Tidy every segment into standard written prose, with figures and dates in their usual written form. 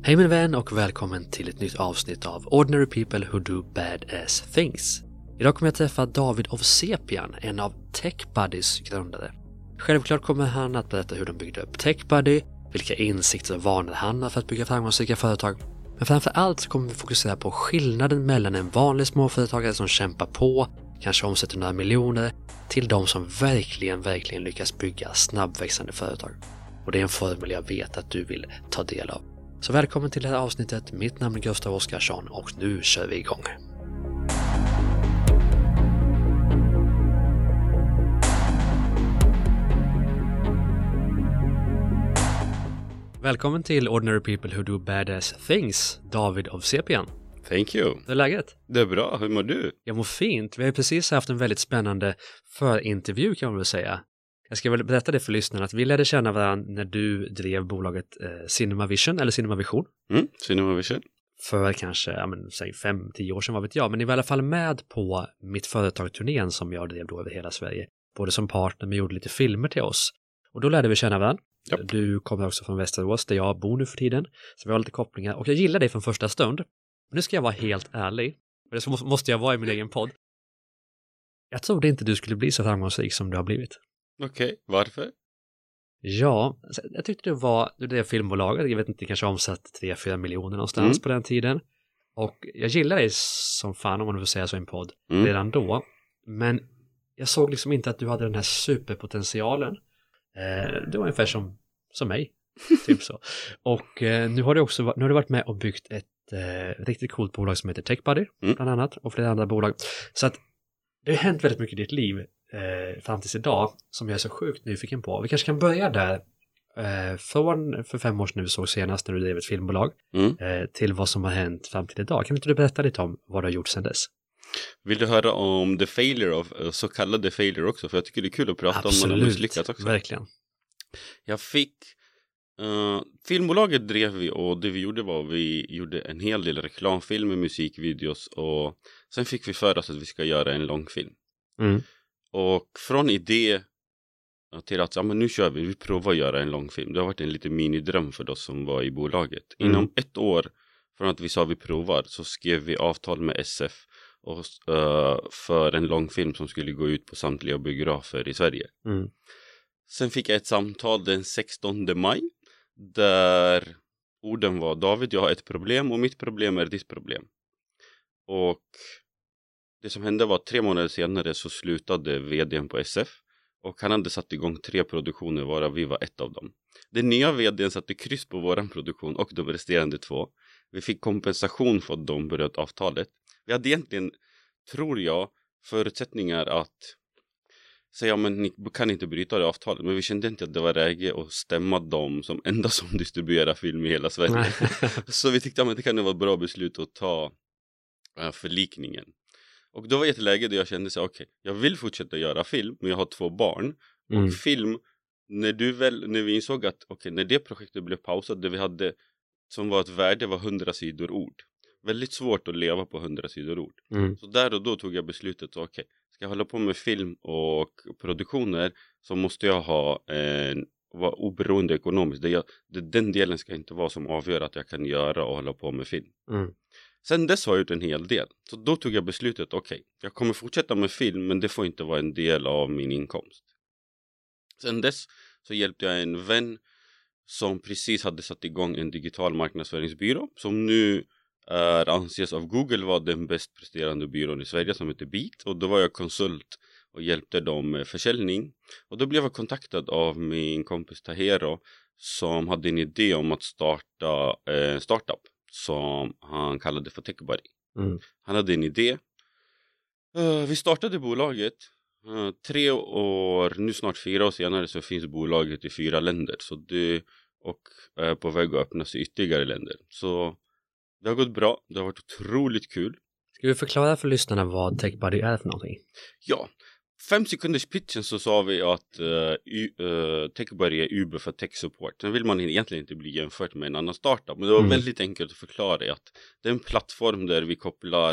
Hej min vän och välkommen till ett nytt avsnitt av Ordinary People Who Do Badass Things. Idag kommer jag träffa David Ovsepian, en av TechBuddy's grundare. Självklart kommer han att berätta hur de byggde upp TechBuddy, vilka insikter och vanor han har för att bygga framgångsrika företag. Men framför allt kommer vi fokusera på skillnaden mellan en vanlig småföretagare som kämpar på, kanske omsätter några miljoner, till de som verkligen lyckas bygga snabbväxande företag. Och det är en formel jag vet att du vill ta del av. Så välkommen till det här avsnittet. Mitt namn är Gustav Oskarsson och nu kör vi igång. Välkommen till Ordinary People Who Do Badass Things, David Ovsepian. Thank you. Hur är läget? Det är bra, hur mår du? Jag mår fint. Vi har precis haft en väldigt spännande förintervju kan man väl säga. Jag ska väl berätta det för lyssnarna att vi lärde känna varandra när du drev bolaget Cinemavision eller Cinemavision. Cinemavision. För kanske, säg 5-10 år sedan, vad vet jag. Men ni var i alla fall med på mitt företagsturnén som jag drev då över hela Sverige. Både som partner men gjorde lite filmer till oss. Och då lärde vi känna varandra. Japp. Du kommer också från Västerås där jag bor nu för tiden. Så vi har lite kopplingar. Och jag gillar dig från första stund. Men nu ska jag vara helt ärlig. Och det så måste jag vara i min egen podd. Jag trodde inte du skulle bli så framgångsrik som du har blivit. Okej, varför? Ja, jag tyckte du drev filmbolaget, jag vet inte, kanske omsatt 3-4 miljoner någonstans på den tiden. Och jag gillar dig som fan, om man får säga så i en podd, redan då. Men jag såg liksom inte att du hade den här superpotentialen. Det var ungefär som mig, typ så. Och nu har du varit med och byggt ett riktigt coolt bolag som heter TechBuddy, bland annat, och flera andra bolag. Så att det har hänt väldigt mycket i ditt liv fram tills idag som jag är så sjukt nyfiken på. Vi kanske kan börja där från för 5 år sedan vi såg senast när du drev ett filmbolag till vad som har hänt fram till idag. Kan inte du berätta lite om vad du har gjort sedan dess? Vill du höra om the failure of så kallade failure också? För jag tycker det är kul att prata om man har misslyckats också. Verkligen. Jag fick filmbolaget drev vi och det vi gjorde var vi gjorde en hel del reklamfilmer, musikvideos och sen fick vi för oss att vi ska göra en långfilm. Och från idé till att men nu kör vi provar att göra en långfilm. Det har varit en liten minidröm för oss som var i bolaget. Inom 1 år från att vi sa vi provar så skrev vi avtal med SF och, för en långfilm som skulle gå ut på samtliga biografer i Sverige. Sen fick jag ett samtal den 16 maj där orden var: David, jag har ett problem och mitt problem är ditt problem. Och det som hände var att 3 månader senare så slutade vdn på SF och han hade satt igång 3 produktioner varav vi var ett av dem. Den nya vdn satte kryss på våran produktion och de resterande 2. Vi fick kompensation för att de bröt avtalet. Vi hade egentligen, tror jag, förutsättningar att säga men ni kan inte bryta det avtalet, men vi kände inte att det var läge att stämma dem som enda som distribuerar film i hela Sverige. Så vi tyckte att det kan vara ett bra beslut att ta förlikningen. Och då var det ett läge där jag kände så okej, jag vill fortsätta göra film, men jag har 2 barn. Och film, när vi insåg att när det projektet blev pausat, det vi hade som var ett värde var 100 sidor ord. Väldigt svårt att leva på 100 sidor ord. Så där och då tog jag beslutet, ska jag hålla på med film och produktioner så måste jag vara oberoende ekonomiskt. Den delen ska inte vara som avgör att jag kan göra och hålla på med film. Sen dess har jag gjort en hel del. Så då tog jag beslutet, jag kommer fortsätta med film men det får inte vara en del av min inkomst. Sen dess så hjälpte jag en vän som precis hade satt igång en digital marknadsföringsbyrå som nu anses av Google vara den bäst presterande byrån i Sverige, som heter Beat. Och då var jag konsult och hjälpte dem med försäljning. Och då blev jag kontaktad av min kompis Tahero som hade en idé om att starta en startup som han kallade för TechBuddy. Han hade en idé. Vi startade bolaget. 3 år, nu snart 4 år senare så finns bolaget i 4 länder. Och är på väg att öppnas i ytterligare länder. Så det har gått bra. Det har varit otroligt kul. Ska vi förklara för lyssnarna vad TechBuddy är för någonting? Ja. 5 sekunders pitchen så sa vi att TechBuddy är Uber för tech support. Sen vill man egentligen inte bli jämfört med en annan startup. Men det var väldigt enkelt att förklara att det är en plattform där vi kopplar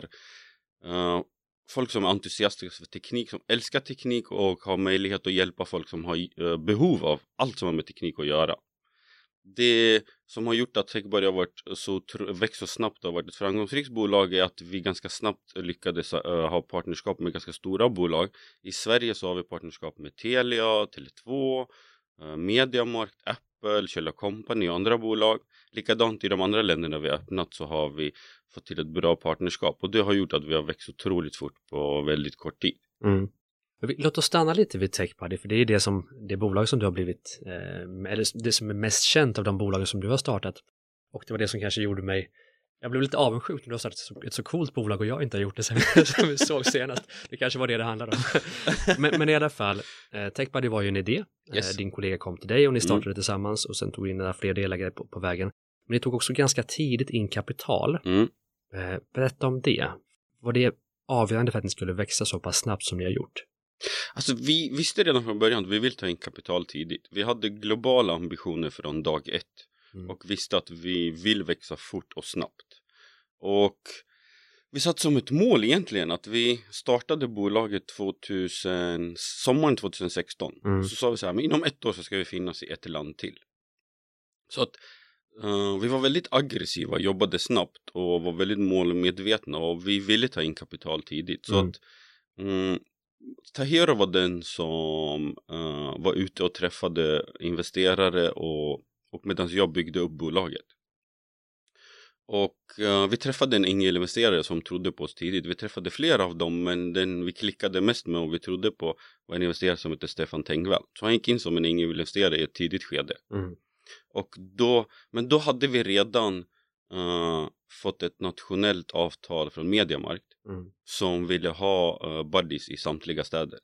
folk som är entusiastiska för teknik, som älskar teknik och har möjlighet att hjälpa folk som har behov av allt som har med teknik att göra. det som har gjort att Techbuddy har varit växt så snabbt och varit ett framgångsrikt bolag är att vi ganska snabbt lyckades ha partnerskap med ganska stora bolag. I Sverige så har vi partnerskap med Telia, Tele2, Mediamarkt, Apple, Kjell & Company och andra bolag. Likadant i de andra länderna vi har öppnat så har vi fått till ett bra partnerskap. Och det har gjort att vi har växt otroligt fort på väldigt kort tid. Mm. Låt oss stanna lite vid Techbuddy, för det är det bolag som du har blivit, eller det som är mest känt av de bolag som du har startat. Och det var det som kanske gjorde mig, jag blev lite avundsjuk när du har startat ett så coolt bolag och jag inte har gjort det sen vi såg senast. Det kanske var det handlade om. men i alla fall, Techbuddy var ju en idé. Yes. Din kollega kom till dig och ni startade tillsammans och sen tog in några fler delägare på vägen. Men ni tog också ganska tidigt in kapital. Berätta om det. Var det avgörande för att ni skulle växa så pass snabbt som ni har gjort? Alltså vi visste redan från början att vi vill ta in kapital tidigt. Vi hade globala ambitioner från dag ett. Och visste att vi vill växa fort och snabbt. Och vi satt som ett mål egentligen att vi startade bolaget sommaren 2016. Så sa vi så här, men inom 1 år så ska vi finnas i 1 land till. Så att vi var väldigt aggressiva, jobbade snabbt och var väldigt målmedvetna. Och vi ville ta in kapital tidigt. Så att Tahero var den som var ute och träffade investerare och medan jag byggde upp bolaget. Och vi träffade en ängelinvesterare som trodde på oss tidigt. Vi träffade flera av dem, men den vi klickade mest med och vi trodde på var en investerare som heter Stefan Tengvall. Så han gick in som en ängelinvesterare i ett tidigt skede. Och då hade vi redan fått ett nationellt avtal från Mediamarkt som ville ha buddies i samtliga städer.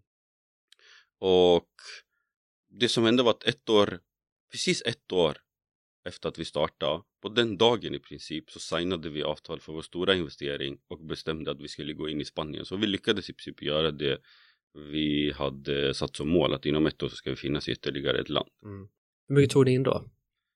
Och det som hände var att precis ett år efter att vi startade, på den dagen i princip, så signade vi avtal för vår stora investering och bestämde att vi skulle gå in i Spanien. Så vi lyckades i princip göra det vi hade satt som mål, att inom 1 år så ska vi finnas i ytterligare ett land. Hur mycket tog ni in då?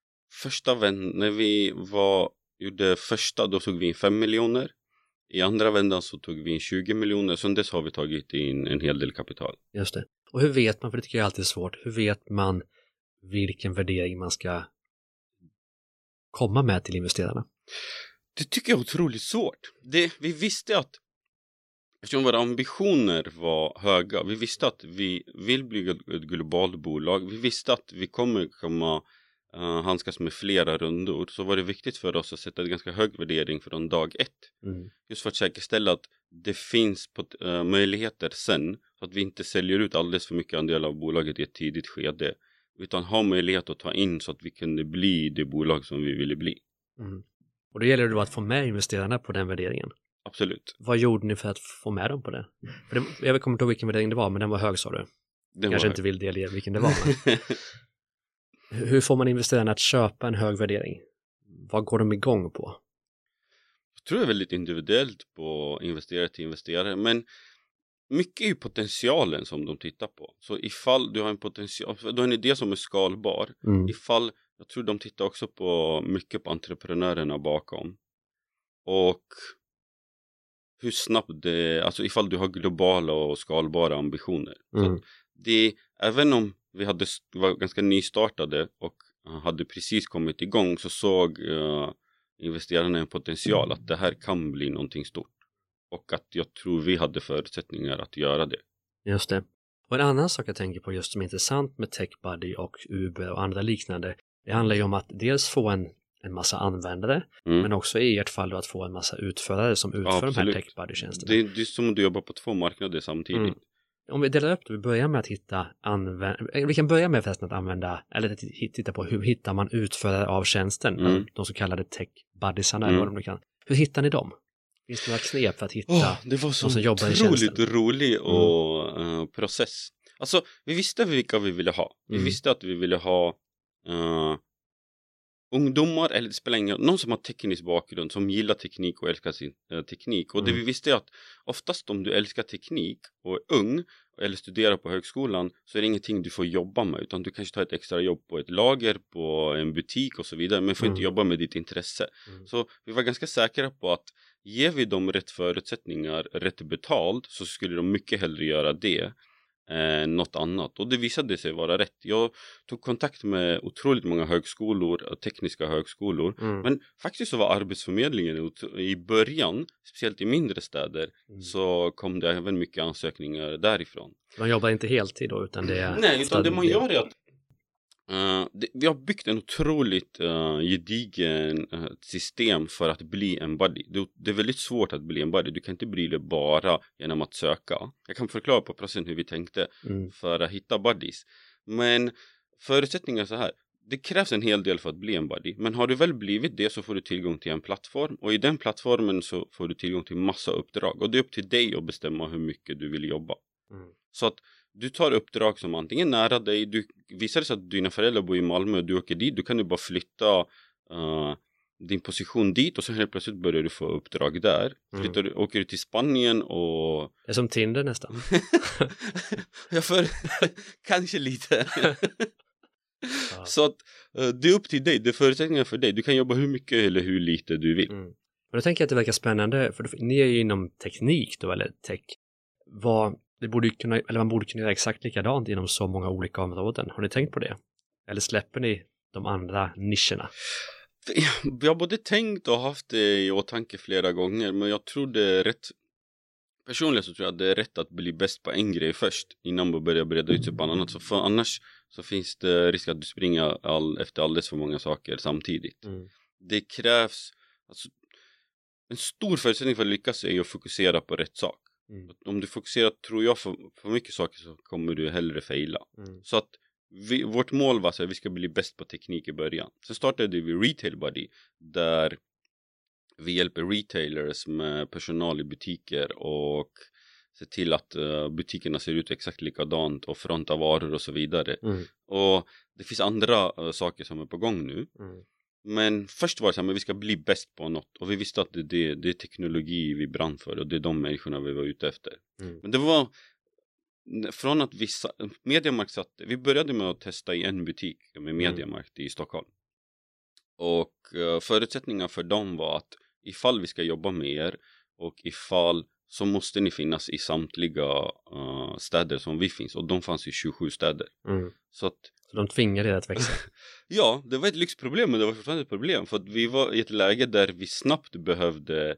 När vi gjorde första, då tog vi in 5 miljoner. I andra vändan så tog vi in 20 miljoner. Sen dess har vi tagit in en hel del kapital. Just det. Och hur vet man, för det tycker jag alltid är svårt, hur vet man vilken värdering man ska komma med till investerarna? Det tycker jag är otroligt svårt. Vi visste att, eftersom våra ambitioner var höga, vi visste att vi vill bygga ett globalt bolag. Vi visste att vi kommer komma handskas med flera rundor, så var det viktigt för oss att sätta en ganska hög värdering från dag 1. Just för att säkerställa att det finns möjligheter sen, så att vi inte säljer ut alldeles för mycket andel av bolaget i ett tidigt skede, utan har möjlighet att ta in så att vi kunde bli det bolag som vi ville bli. Och då gäller det då att få med investerarna på den värderingen. Absolut. Vad gjorde ni för att få med dem på det? För jag kommer inte ihåg vilken värdering det var, men den var hög, sa du. Kanske inte vill delge vilken det var. Men hur får man investerarna att köpa en hög värdering? Vad går de igång på? Jag tror det är väldigt individuellt på investerare till investerare, men mycket är ju potentialen som de tittar på. Så ifall du har en potential, du har en idé som är skalbar, jag tror de tittar också mycket på entreprenörerna bakom. Och hur snabbt alltså ifall du har globala och skalbara ambitioner. Så även om vi var ganska nystartade och hade precis kommit igång, så såg investerarna en potential att det här kan bli någonting stort. Och att jag tror vi hade förutsättningar att göra det. Just det. Och en annan sak jag tänker på just som är intressant med Techbuddy och Uber och andra liknande, det handlar ju om att dels få en massa användare, men också i ert fall då att få en massa utförare som utför de här Techbuddy-tjänsterna. Det är som om du jobbar på 2 marknader samtidigt. Om vi delar upp det, vi börjar med att vi kan börja med förresten att använda, eller titta på hur hittar man utförare av tjänsten, de så kallade Techbuddysarna eller vad de nu kan. Hur hittar ni dem? Finns det några knep för att hitta det var så otroligt rolig process. Alltså, vi visste vilka vi ville ha. Vi visste att vi ville ha ungdomar, eller det spelar ingen roll, någon som har teknisk bakgrund, som gillar teknik och älskar sin teknik. Och det vi visste är att oftast om du älskar teknik och är ung eller studerar på högskolan, så är det ingenting du får jobba med, utan du kanske tar ett extra jobb på ett lager, på en butik och så vidare, men får inte jobba med ditt intresse. Så vi var ganska säkra på att ger vi dem rätt förutsättningar, rätt betalt, så skulle de mycket hellre göra det något annat. Och det visade sig vara rätt. Jag tog kontakt med otroligt många högskolor, tekniska högskolor. Men faktiskt så var arbetsförmedlingen i början, speciellt i mindre städer, så kom det även mycket ansökningar därifrån. Man jobbar inte heltid då, utan det är... Nej, utan det man gör är att vi har byggt en otroligt gedigen system för att bli en buddy. Det är väldigt svårt att bli en buddy. Du kan inte bli det bara genom att söka. Jag kan förklara på processen hur vi tänkte för att hitta buddies. Men förutsättningar är så här. Det krävs en hel del för att bli en buddy. Men har du väl blivit det så får du tillgång till en plattform. Och i den plattformen så får du tillgång till massa uppdrag. Och det är upp till dig att bestämma hur mycket du vill jobba. Så att du tar uppdrag som antingen nära dig. Du visar det så att dina föräldrar bor i Malmö och du åker dit. Du kan ju bara flytta din position dit och så helt plötsligt börjar du få uppdrag där. Åker du till Spanien och... Det är som Tinder nästan. Kanske lite. Så att det är upp till dig. Det är förutsättningar för dig. Du kan jobba hur mycket eller hur lite du vill. Men då tänker jag att det verkar spännande. För ni är ju inom teknik då, eller tech. Man borde kunna göra exakt likadant inom så många olika områden. Har ni tänkt på det? Eller släpper ni de andra nischerna? Vi har både tänkt och haft det i åtanke flera gånger. Men jag tror det är rätt. Personligen så tror jag att det är rätt att bli bäst på en grej först. Innan man börjar breda ut sig på annat. För annars så finns det risk att du springer efter alldeles för många saker samtidigt. Det krävs. Alltså, en stor förutsättning för att lyckas är att fokusera på rätt sak. Om du fokuserar, tror jag, för mycket saker så kommer du hellre fejla. Så att vårt mål var så att vi ska bli bäst på teknik i början. Sen startade vi Retail Buddy, där vi hjälper retailers med personal i butiker och se till att butikerna ser ut exakt likadant och fronta varor och så vidare. Och det finns andra saker som är på gång nu. Men först var det så här, men vi ska bli bäst på något. Och vi visste att det är teknologi vi brann för. Och det är de människorna vi var ute efter. Men det var från att Mediamarkt vi började med att testa i en butik med Mediamarkt i Stockholm. Och förutsättningar för dem var att ifall vi ska jobba med er och ifall så måste ni finnas i samtliga städer som vi finns. Och de fanns i 27 städer. Så de tvingade er att växa. Ja, det var ett lyxproblem, men det var fortfarande ett problem. För att vi var i ett läge där vi snabbt behövde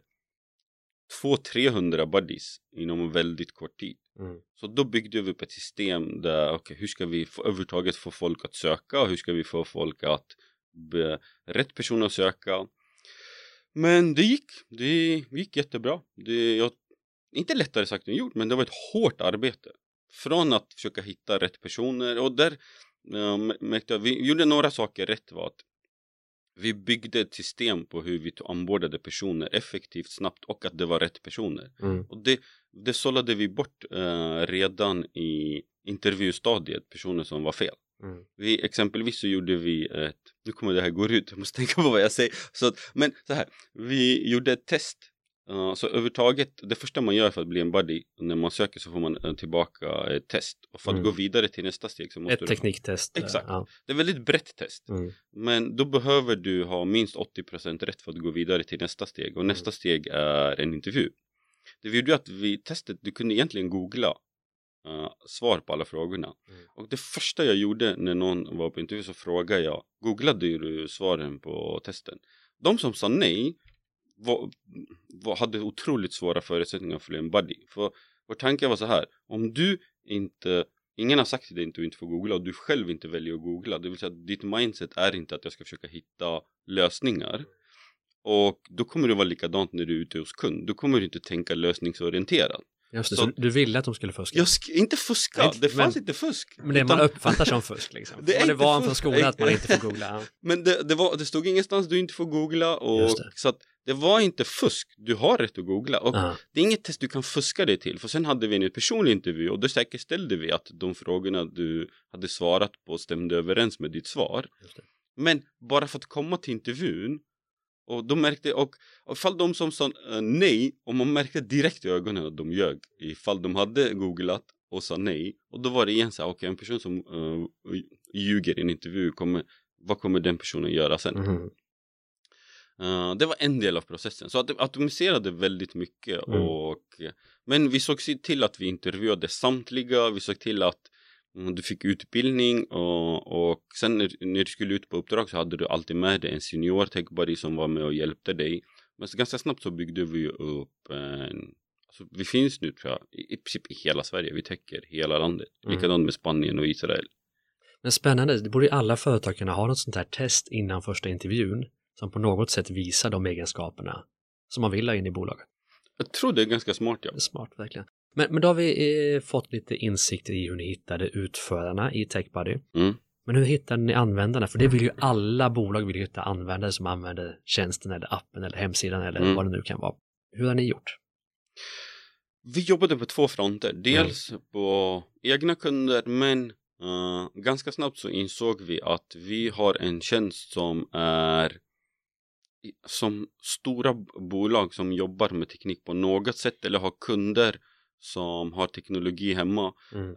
200-300 buddies inom en väldigt kort tid. Så då byggde vi upp ett system där, hur ska vi överhuvudtaget få folk att söka? Och hur ska vi få folk att rätt personer att söka? Men det gick jättebra. Inte lättare sagt än gjort, men det var ett hårt arbete. Från att försöka hitta rätt personer. Och där märkte jag, vi gjorde några saker rätt. Var att vi byggde ett system på hur vi ombordade personer effektivt, snabbt och att det var rätt personer. Och det sållade vi bort redan i intervjustadiet, personer som var fel. Exempelvis så gjorde vi nu kommer det här gå ut, jag måste tänka på vad jag säger. Men så här, vi gjorde ett test. Så överhuvudtaget, det första man gör för att bli en buddy, när man söker så får man tillbaka ett test. Och för att gå vidare till nästa steg så måste ett tekniktest. Exakt. Det är väldigt brett test. Men då behöver du ha minst 80% rätt för att gå vidare till nästa steg. Och nästa steg är en intervju. Det vi gjorde att vi testade, du kunde egentligen googla svar på alla frågorna. Och det första jag gjorde när någon var på intervju så frågade jag, googlade du svaren på testen? De som sa nej hade otroligt svåra förutsättningar för en buddy. För vår tanke var så här, om du ingen har sagt till dig att du inte får googla och du själv inte väljer att googla, det vill säga att ditt mindset är inte att jag ska försöka hitta lösningar. Och då kommer det vara likadant när du är ute hos kund. Då kommer du inte tänka lösningsorienterad. Just det, så du ville att de skulle fuska? Inte fuska, det fanns inte fusk. Men det man uppfattar som fusk liksom. Det var från skolan att man inte får googla. Men det stod ingenstans du inte får googla. Och så att det var inte fusk. Du har rätt att googla. Och det är inget test du kan fuska dig till. För sen hade vi en personlig intervju. Och då säkerställde vi att de frågorna du hade svarat på stämde överens med ditt svar. Men bara för att komma till intervjun. Och de märkte, och ifall de som sa nej, och man märkte direkt i ögonen att de ljög. Ifall de hade googlat och sa nej. Och då var det igen så här, en person som ljuger i en intervju, vad kommer den personen göra sen? Det var en del av processen. Så att det automatiserade väldigt mycket. Men vi såg till att vi intervjuade samtliga. Vi såg till att du fick utbildning. Och sen när du skulle ut på uppdrag så hade du alltid med dig en senior tech buddy som var med och hjälpte dig. Men så ganska snabbt så byggde vi upp alltså vi finns nu tror jag i princip i hela Sverige. Vi täcker hela landet. Likadant med Spanien och Israel. Men spännande, det borde ju alla företag kunna ha något sånt här test innan första intervjun som på något sätt visar de egenskaperna som man vill ha in i bolaget. Jag tror det är ganska smart, ja. Det är smart, verkligen. Men då har vi fått lite insikter i hur ni hittade utförarna i TechBuddy. Men hur hittade ni användarna? För det vill ju alla bolag vill hitta användare som använder tjänsten eller appen eller hemsidan eller vad det nu kan vara. Hur har ni gjort? Vi jobbade på 2 fronter. Dels på egna kunder, men ganska snabbt så insåg vi att vi har en tjänst som är som stora bolag som jobbar med teknik på något sätt eller har kunder som har teknologi hemma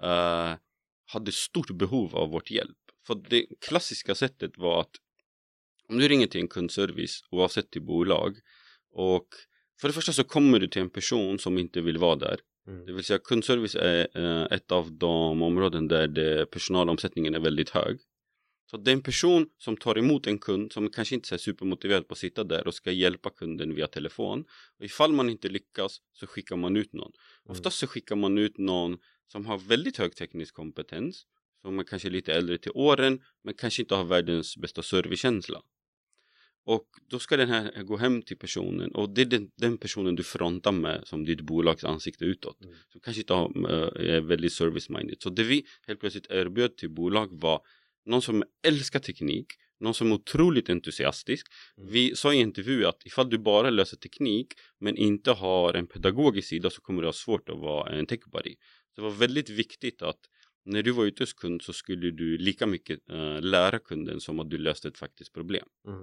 hade stort behov av vårt hjälp. För det klassiska sättet var att om du ringer till en kundservice oavsett till bolag och för det första så kommer du till en person som inte vill vara där. Det vill säga kundservice är ett av de områden där personalomsättningen är väldigt hög. Så det är en person som tar emot en kund som kanske inte är supermotiverad på att sitta där och ska hjälpa kunden via telefon. Och ifall man inte lyckas så skickar man ut någon. Oftast så skickar man ut någon som har väldigt hög teknisk kompetens. Som är kanske lite äldre till åren men kanske inte har världens bästa servicekänsla. Och då ska den här gå hem till personen och det är den personen du frontar med som ditt bolags ansikte utåt. Som kanske inte är väldigt service-minded. Så det vi helt plötsligt erbjöd till bolag var någon som älskar teknik, någon som är otroligt entusiastisk. Vi sa i intervju att ifall du bara löser teknik men inte har en pedagogisk sida så kommer du ha svårt att vara en tech buddy. Det var väldigt viktigt att när du var ute hos kund så skulle du lika mycket lära kunden som att du löste ett faktiskt problem.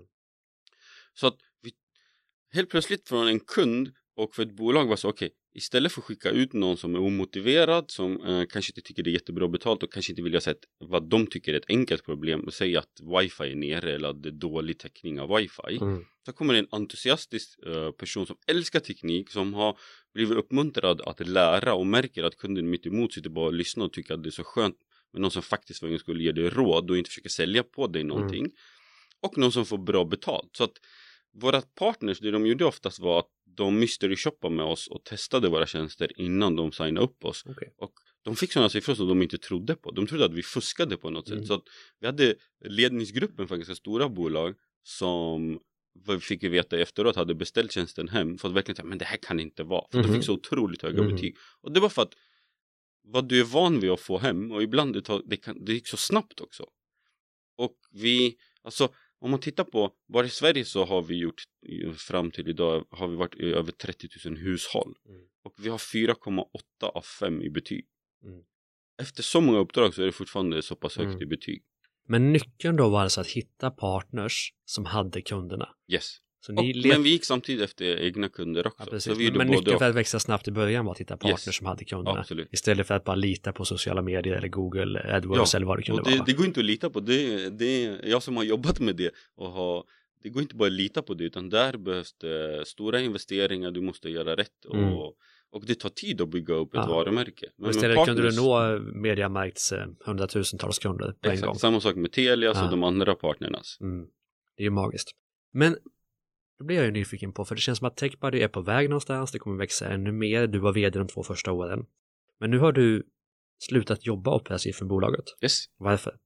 Så att vi helt plötsligt från en kund och för ett bolag var så okej, istället för att skicka ut någon som är omotiverad, som kanske inte tycker det är jättebra betalt och kanske inte vill säga vad de tycker är ett enkelt problem och säga att wifi är nere eller att det är dålig täckning av wifi. Så kommer en entusiastisk person som älskar teknik, som har blivit uppmuntrad att lära och märker att kunden mitt emot sitter bara och lyssnar och tycker att det är så skönt med någon som faktiskt för en skulle ge dig råd och inte försöka sälja på dig någonting. Och någon som får bra betalt. Så att våra partners, det de gjorde oftast var att de mystery shoppade med oss och testade våra tjänster innan de signade upp oss. Och de fick sådana siffror som de inte trodde på. De trodde att vi fuskade på något sätt. Så att vi hade ledningsgruppen för ganska stora bolag som vi fick veta efteråt hade beställt tjänsten hem för att verkligen säga, men det här kan inte vara. För de fick så otroligt höga betyg. Och det var för att vad du är van vid att få hem och ibland det gick så snabbt också. Och vi, alltså om man tittar på, bara i Sverige så har vi gjort fram till idag har vi varit i över 30 000 hushåll. Och vi har 4,8 av 5 i betyg. Efter så många uppdrag så är det fortfarande så pass högt i betyg. Men nyckeln då var alltså att hitta partners som hade kunderna. Yes. Så men vi gick samtidigt efter egna kunder också. Ja, så vi men nyckeln för att växa snabbt i början var att hitta partners som hade kunderna. Absolut. Istället för att bara lita på sociala medier eller Google AdWords eller vad det kunde vara. Det går inte att lita på. Det är jag som har jobbat med det. Det går inte bara att lita på det utan där behövs det stora investeringar. Du måste göra rätt och det tar tid att bygga upp ett varumärke. Men istället kunde du nå Mediamarkts 100,000-tals kunder på en gång. Samma sak med Telias och de andra partnernas. Det är ju magiskt. Men då blir jag ju nyfiken på, för det känns som att TechBuddy är på väg någonstans, det kommer växa ännu mer, du var vd de 2 första åren. Men nu har du slutat jobba operativt för bolaget. Yes. Varför?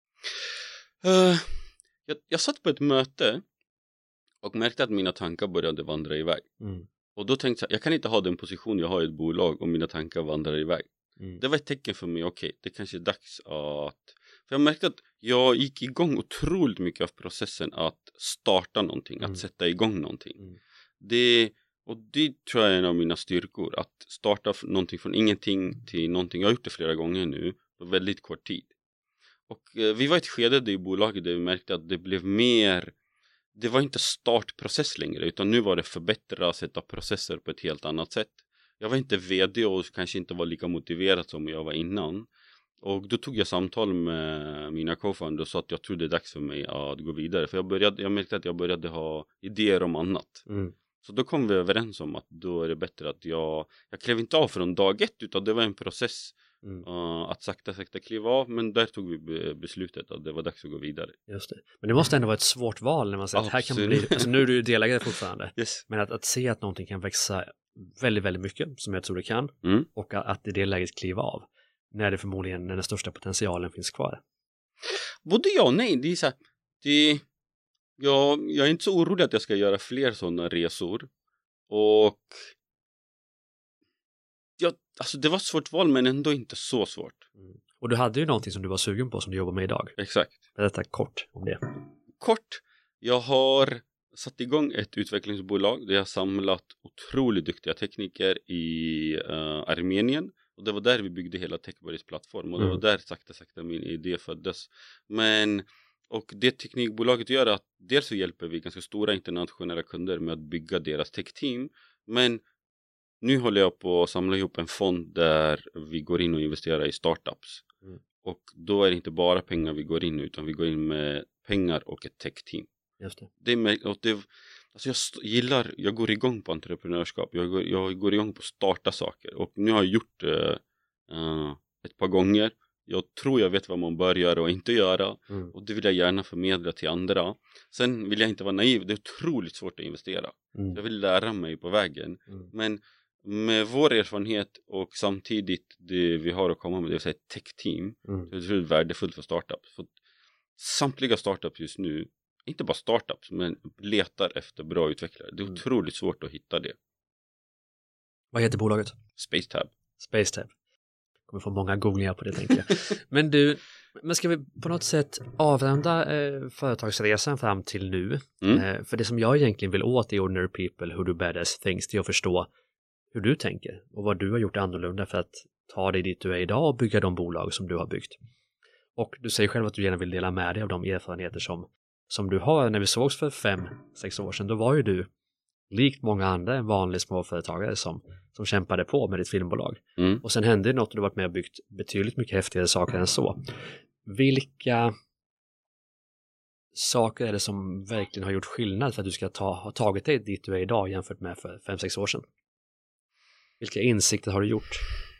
Jag satt på ett möte och märkte att mina tankar började vandra iväg. Och då tänkte jag kan inte ha den position jag har i ett bolag om mina tankar vandrar iväg. Det var ett tecken för mig, okej, det kanske är dags att... För jag märkte att jag gick igång otroligt mycket av processen att starta någonting, att sätta igång någonting. Det tror jag är en av mina styrkor, att starta någonting från ingenting till någonting. Jag har gjort det flera gånger nu på väldigt kort tid. Och vi var i ett skede i bolaget där vi märkte att det blev mer... Det var inte startprocess längre utan nu var det förbättra, sätta processer på ett helt annat sätt. Jag var inte vd och kanske inte var lika motiverad som jag var innan. Och då tog jag samtal med mina co-founders och sa att jag tror det är dags för mig att gå vidare. För jag märkte att jag började ha idéer om annat. Så då kom vi överens om att då är det bättre att jag klev inte av från dag ett, utan det var en process att sakta kliva av. Men där tog vi beslutet att det var dags att gå vidare. Just det. Men det måste ändå vara ett svårt val när man säger att här kan bli, alltså nu är du delägare fortfarande. Yes. Men att se att någonting kan växa väldigt, väldigt mycket, som jag tror det kan, och att i det läget kliva av, när det förmodligen när den största potentialen finns kvar. Både ja och nej. Det är så här, jag är inte så orolig att jag ska göra fler sådana resor. Och alltså det var ett svårt val, men ändå inte så svårt. Och du hade ju någonting som du var sugen på som du jobbar med idag. Exakt. Berätta kort om det. Kort. Jag har satt igång ett utvecklingsbolag där jag samlat otroligt duktiga tekniker i Armenien. Och det var där vi byggde hela Techbuddies plattform. Och det var där sakta min idé föddes. Och det teknikbolaget gör att dels så hjälper vi ganska stora internationella kunder med att bygga deras techteam. Men nu håller jag på att samla ihop en fond där vi går in och investerar i startups. Och då är det inte bara pengar vi går in, utan vi går in med pengar och ett techteam. Just det. Alltså jag går igång på entreprenörskap. Jag går igång på att starta saker. Och nu har jag gjort ett par gånger. Jag tror jag vet vad man bör göra och inte göra. Och det vill jag gärna förmedla till andra. Sen vill jag inte vara naiv. Det är otroligt svårt att investera. Jag vill lära mig på vägen. Men med vår erfarenhet och samtidigt det vi har att komma med, det vill säga ett tech-team, det är otroligt värdefullt för startups. För samtliga startups just nu, inte bara startups, men letar efter bra utvecklare. Det är otroligt svårt att hitta det. Vad heter bolaget? Spacetab. Kommer få många googlingar på det, tänker jag. Men ska vi på något sätt avrunda företagsresan fram till nu? För det som jag egentligen vill åt i Ordinary People Who Do Badass Things, det är att förstå hur du tänker och vad du har gjort annorlunda för att ta dig dit du är idag och bygga de bolag som du har byggt. Och du säger själv att du gärna vill dela med dig av de erfarenheter som du har. När vi sågs för 5-6 år sedan, då var ju du likt många andra en vanlig småföretagare som kämpade på med ditt filmbolag. Och sen hände det något och du varit med och byggt betydligt mycket häftigare saker än så. Vilka saker är det som verkligen har gjort skillnad för att du ska ha tagit dig dit du är idag jämfört med för 5-6 år sedan? Vilka insikter har du gjort?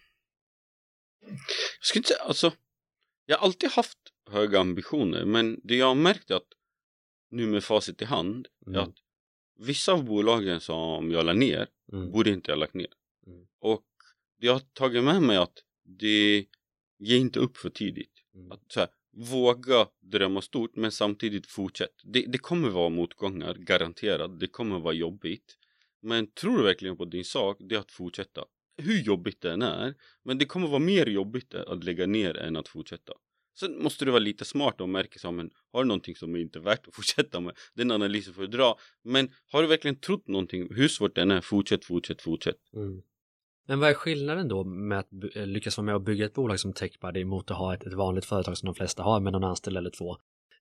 Jag skulle inte säga, alltså, jag har alltid haft höga ambitioner, men det jag har märkt är att nu med facit i hand är att vissa av bolagen som jag la ner borde inte jag lagt ner. Och det jag har tagit med mig att det ger inte upp för tidigt. Att så här, våga drömma stort, men samtidigt fortsätt. Det kommer vara motgångar, garanterat. Det kommer vara jobbigt. Men tror du verkligen på din sak, det är att fortsätta. Hur jobbigt det än är, men det kommer vara mer jobbigt att lägga ner än att fortsätta. Sen måste du vara lite smart och märka så, men har du någonting som är inte värt att fortsätta med, den analysen får du dra. Men har du verkligen trott någonting, hur svårt det än är, fortsätt. Men vad är skillnaden då med att lyckas vara med och bygga ett bolag som Techbuddy mot att ha ett vanligt företag som de flesta har med någon anställd eller två?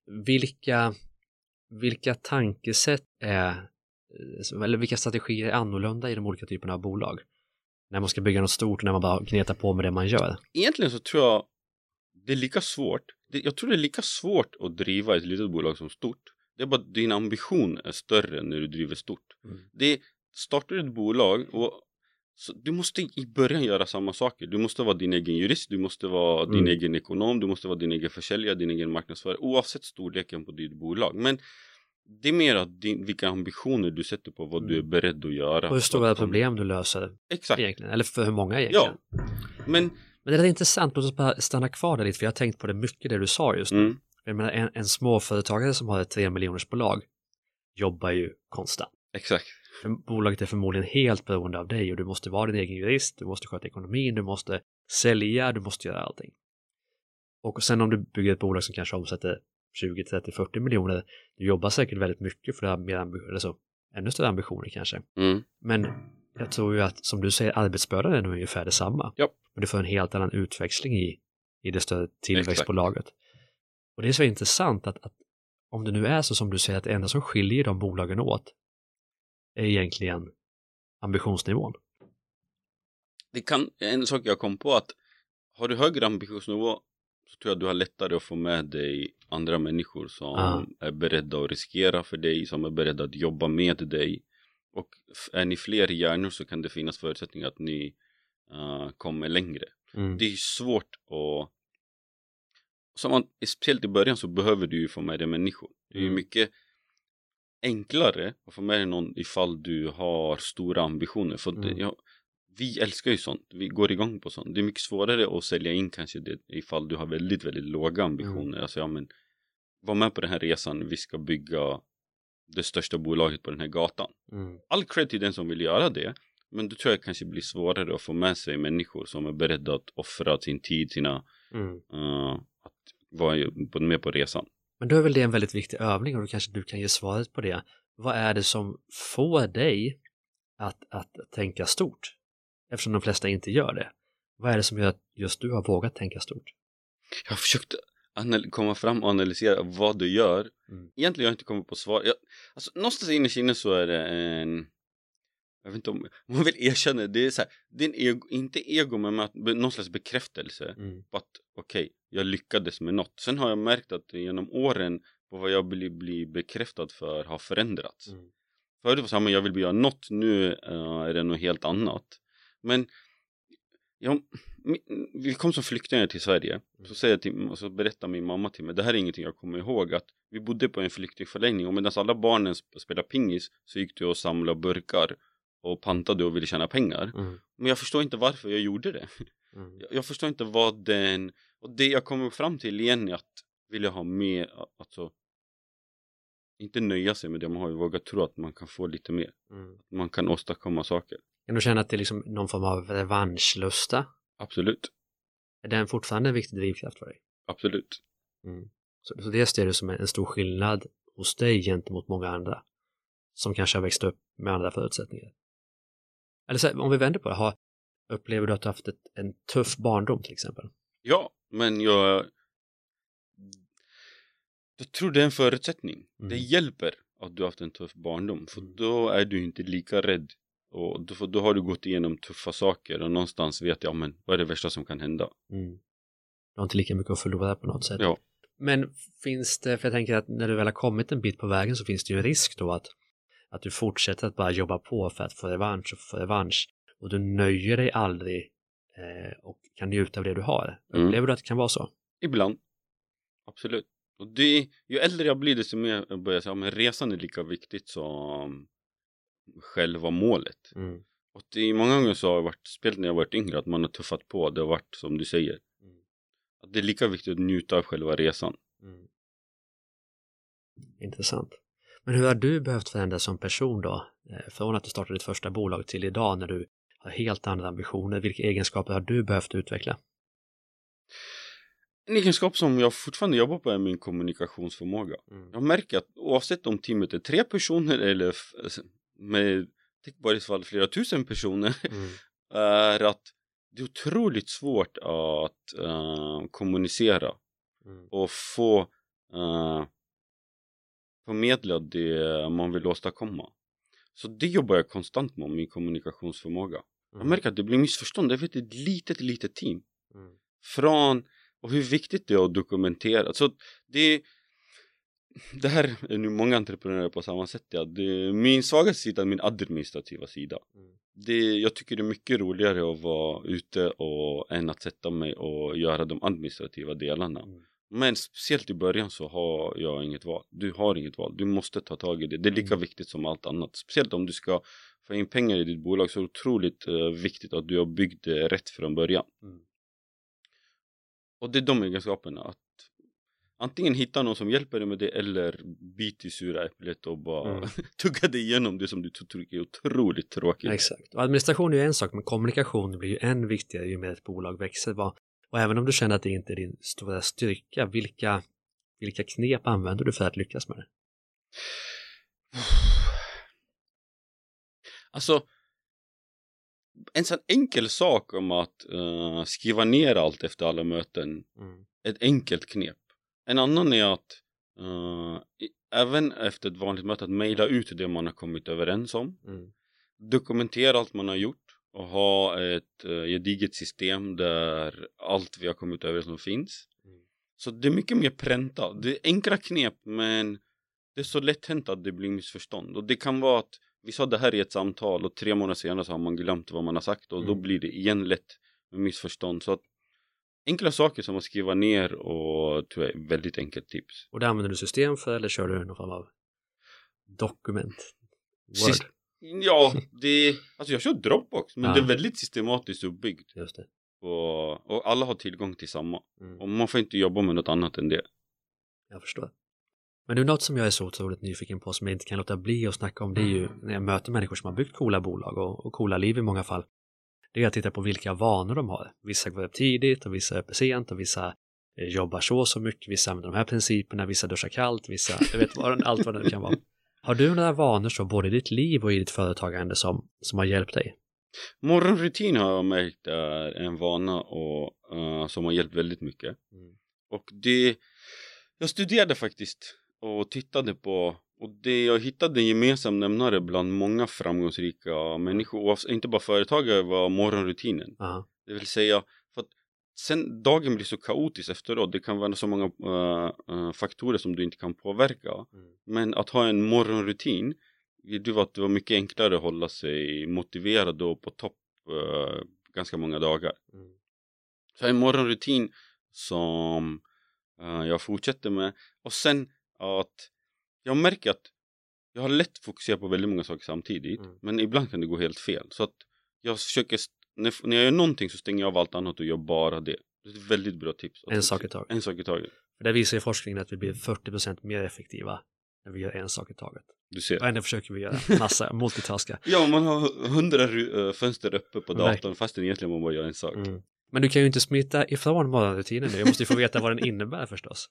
Vilka tankesätt eller vilka strategier är annorlunda i de olika typerna av bolag? När man ska bygga något stort och när man bara gnetar på med det man gör. Egentligen så tror jag det är lika svårt. Jag tror det är lika svårt att driva ett litet bolag som stort. Det är bara att din ambition är större när du driver stort. Startar du ett bolag och så du måste i början göra samma saker. Du måste vara din egen jurist, du måste vara din egen ekonom, du måste vara din egen försäljare, din egen marknadsförare, oavsett storleken på ditt bolag. Men det är mer att vilka ambitioner du sätter på vad du är beredd att göra. Och hur stora problem du löser. Exakt. Egentligen. Eller för hur många egentligen. Ja. Men det är intressant, låt oss bara stanna kvar där lite, för jag har tänkt på det mycket det du sa just nu. Jag menar, en småföretagare som har ett 3 miljoners bolag jobbar ju konstant. Exakt. Bolaget är förmodligen helt beroende av dig och du måste vara din egen jurist, du måste sköta ekonomin, du måste sälja, du måste göra allting. Och sen om du bygger ett bolag som kanske omsätter 20, 30, 40 miljoner, du jobbar säkert väldigt mycket för att ha mer ännu större ambitioner kanske. Men jag tror ju att, som du säger, arbetsbördan är nog ungefär detsamma. Ja. Men du får en helt annan utväxling i det större tillväxtbolaget. Och det är så intressant att om det nu är så som du säger, att det enda som skiljer de bolagen åt är egentligen ambitionsnivån. En sak jag kom på, att har du högre ambitionsnivå så tror jag att du har lättare att få med dig andra människor som är beredda att riskera för dig, som är beredda att jobba med dig. Och är ni fler hjärnor så kan det finnas förutsättningar att ni kommer längre. Det är svårt att... Speciellt i början så behöver du ju få med dig människor. Det är ju mycket enklare att få med dig någon ifall du har stora ambitioner. För vi älskar ju sånt. Vi går igång på sånt. Det är mycket svårare att sälja in kanske det ifall du har väldigt, väldigt låga ambitioner. Alltså var med på den här resan. Vi ska bygga det största bolaget på den här gatan. All cred till den som vill göra det. Men då tror jag kanske blir svårare att få med sig människor som är beredda att offra sin tid, att vara med på resan. Men då är väl det en väldigt viktig övning och då kanske du kan ge svaret på det. Vad är det som får dig att tänka stort? Eftersom de flesta inte gör det. Vad är det som gör att just du har vågat tänka stort? Jag har försökt komma fram och analysera vad du gör. Egentligen har jag inte kommit på svar. Alltså, någonstans inne i Kina så är det jag vet inte om man vill erkänna det. Är så här, det är inte ego men någon slags bekräftelse på att okej, jag lyckades med något. Sen har jag märkt att genom åren på vad jag blir bekräftad för har förändrats. Förut var det så här, men jag vill göra något, nu är det något helt annat. Men vi kom som flyktingar till Sverige. Så berättar min mamma till mig, det här är ingenting jag kommer ihåg, att vi bodde på en flyktingförläggning och medan alla barnen spelade pingis så gick du och samlade burkar och pantade och ville tjäna pengar. Men jag förstår inte varför jag gjorde det. Jag förstår inte vad och det jag kommer fram till igen är att vilja ha mer, alltså inte nöja sig med det, man har ju vågat tro att man kan få lite mer. Att man kan åstadkomma saker. Kan du känna att det är liksom någon form av revanschlusta? Absolut. Är den fortfarande en viktig drivkraft för dig? Absolut. Så det ser du som en stor skillnad hos dig gentemot många andra som kanske har växt upp med andra förutsättningar. Eller så, om vi vänder på det, upplever du att du har haft en tuff barndom till exempel? Ja, men jag tror det är en förutsättning. Det hjälper att du har haft en tuff barndom. För då är du inte lika rädd. Och då har du gått igenom tuffa saker. Och någonstans vet jag, men vad är det värsta som kan hända? Du har inte lika mycket att förlora på något sätt. Ja. Men finns det, för jag tänker att när du väl har kommit en bit på vägen så finns det ju en risk då att du fortsätter att bara jobba på för att få revansch. Och du nöjer dig aldrig och kan njuta av det du har. Upplever du att det kan vara så? Ibland. Absolut. Och ju äldre jag blir desto mer jag börjar säga, men resan är lika viktigt som själva målet. Och det är många gånger så har det varit, speciellt när jag varit yngre, att man har tuffat på. Det har varit som du säger. Att det är lika viktigt att njuta av själva resan. Intressant. Men hur har du behövt förändras som person då? Från att du startade ditt första bolag till idag när du har helt andra ambitioner. Vilka egenskaper har du behövt utveckla? En egenskap som jag fortfarande jobbar på är min kommunikationsförmåga. Jag märker att oavsett om teamet är 3 personer eller med bara i fall flera tusen personer är att det är otroligt svårt att kommunicera och få förmedla det man vill åstadkomma. Så det jobbar jag konstant med, min kommunikationsförmåga. Jag märker att det blir missförstånd. Jag vet ett litet team. Och hur viktigt det är att dokumentera. Så det här är nu många entreprenörer på samma sätt. Ja. Min svaga sida är min administrativa sida. Jag tycker det är mycket roligare att vara ute än att sätta mig och göra de administrativa delarna. Men speciellt i början så har jag inget val. Du har inget val. Du måste ta tag i det. Det är lika viktigt som allt annat. Speciellt om du ska få in pengar i ditt bolag så är det otroligt viktigt att du har byggt det rätt från början. Och det är de egenskaperna. Att antingen hitta någon som hjälper dig med det eller bit i sura äpplet och bara tugga dig igenom det som du tycker är otroligt tråkigt. Exakt. Och administration är ju en sak, men kommunikation blir ju än viktigare ju mer ett bolag växer. Och även om du känner att det inte är din stora styrka, vilka knep använder du för att lyckas med det? Alltså, en sån enkel sak om att skriva ner allt efter alla möten. Ett enkelt knep. En annan är att även efter ett vanligt möte att mejla ut det man har kommit överens om. Dokumentera allt man har gjort. Och ha ett gediget system där allt vi har kommit överens om finns. Så det är mycket mer pränta. Det är enkla knep, men det är så lätt hänt att det blir missförstånd. Och det kan vara att vi sa det här i ett samtal och 3 månader senare så har man glömt vad man har sagt. Och då blir det igen lätt med missförstånd. Så att enkla saker som att skriva ner och tror jag är väldigt enkelt tips. Och det använder du system för eller kör du någon form av dokument? Word? Ja, alltså jag kör Dropbox, men det är väldigt systematiskt uppbyggt. Just det. Och alla har tillgång till samma. Och man får inte jobba med något annat än det. Jag förstår. Men det är något som jag är så otroligt nyfiken på som jag inte kan låta bli att snacka om. Det är ju när jag möter människor som har byggt coola bolag och coola liv i många fall. Det är att titta på vilka vanor de har. Vissa går upp tidigt och vissa är uppe sent och vissa jobbar så mycket. Vissa använder de här principerna, vissa duschar kallt, vissa, jag vet allt vad det kan vara. Har du några vanor så både i ditt liv och i ditt företagande som har hjälpt dig? Morgonrutin har jag märkt är en vana och, som har hjälpt väldigt mycket. Och jag studerade faktiskt och tittade på, och det jag hittade en gemensam nämnare bland många framgångsrika människor, inte bara företagare, var morgonrutinen. Det vill säga, för att sen dagen blir så kaotisk efteråt, det kan vara så många faktorer som du inte kan påverka. Men att ha en morgonrutin, det var mycket enklare att hålla sig motiverad och på topp ganska många dagar. Så en morgonrutin som jag fortsätter med. Och sen att jag märker att jag har lätt fokuserat på väldigt många saker samtidigt. Men ibland kan det gå helt fel. Så att jag försöker, när jag gör någonting så stänger jag av allt annat och gör bara det. Det är ett väldigt bra tips. En sak i taget. En sak i taget. För där visar ju forskningen att vi blir 40% mer effektiva när vi gör en sak i taget. Du ser. Och ändå försöker vi göra massa multitaska. Ja, man har 100 fönster uppe på datorn fast egentligen man bara gör en sak. Men du kan ju inte smita ifrån morgonrutinen nu. Jag måste ju få veta vad den innebär förstås.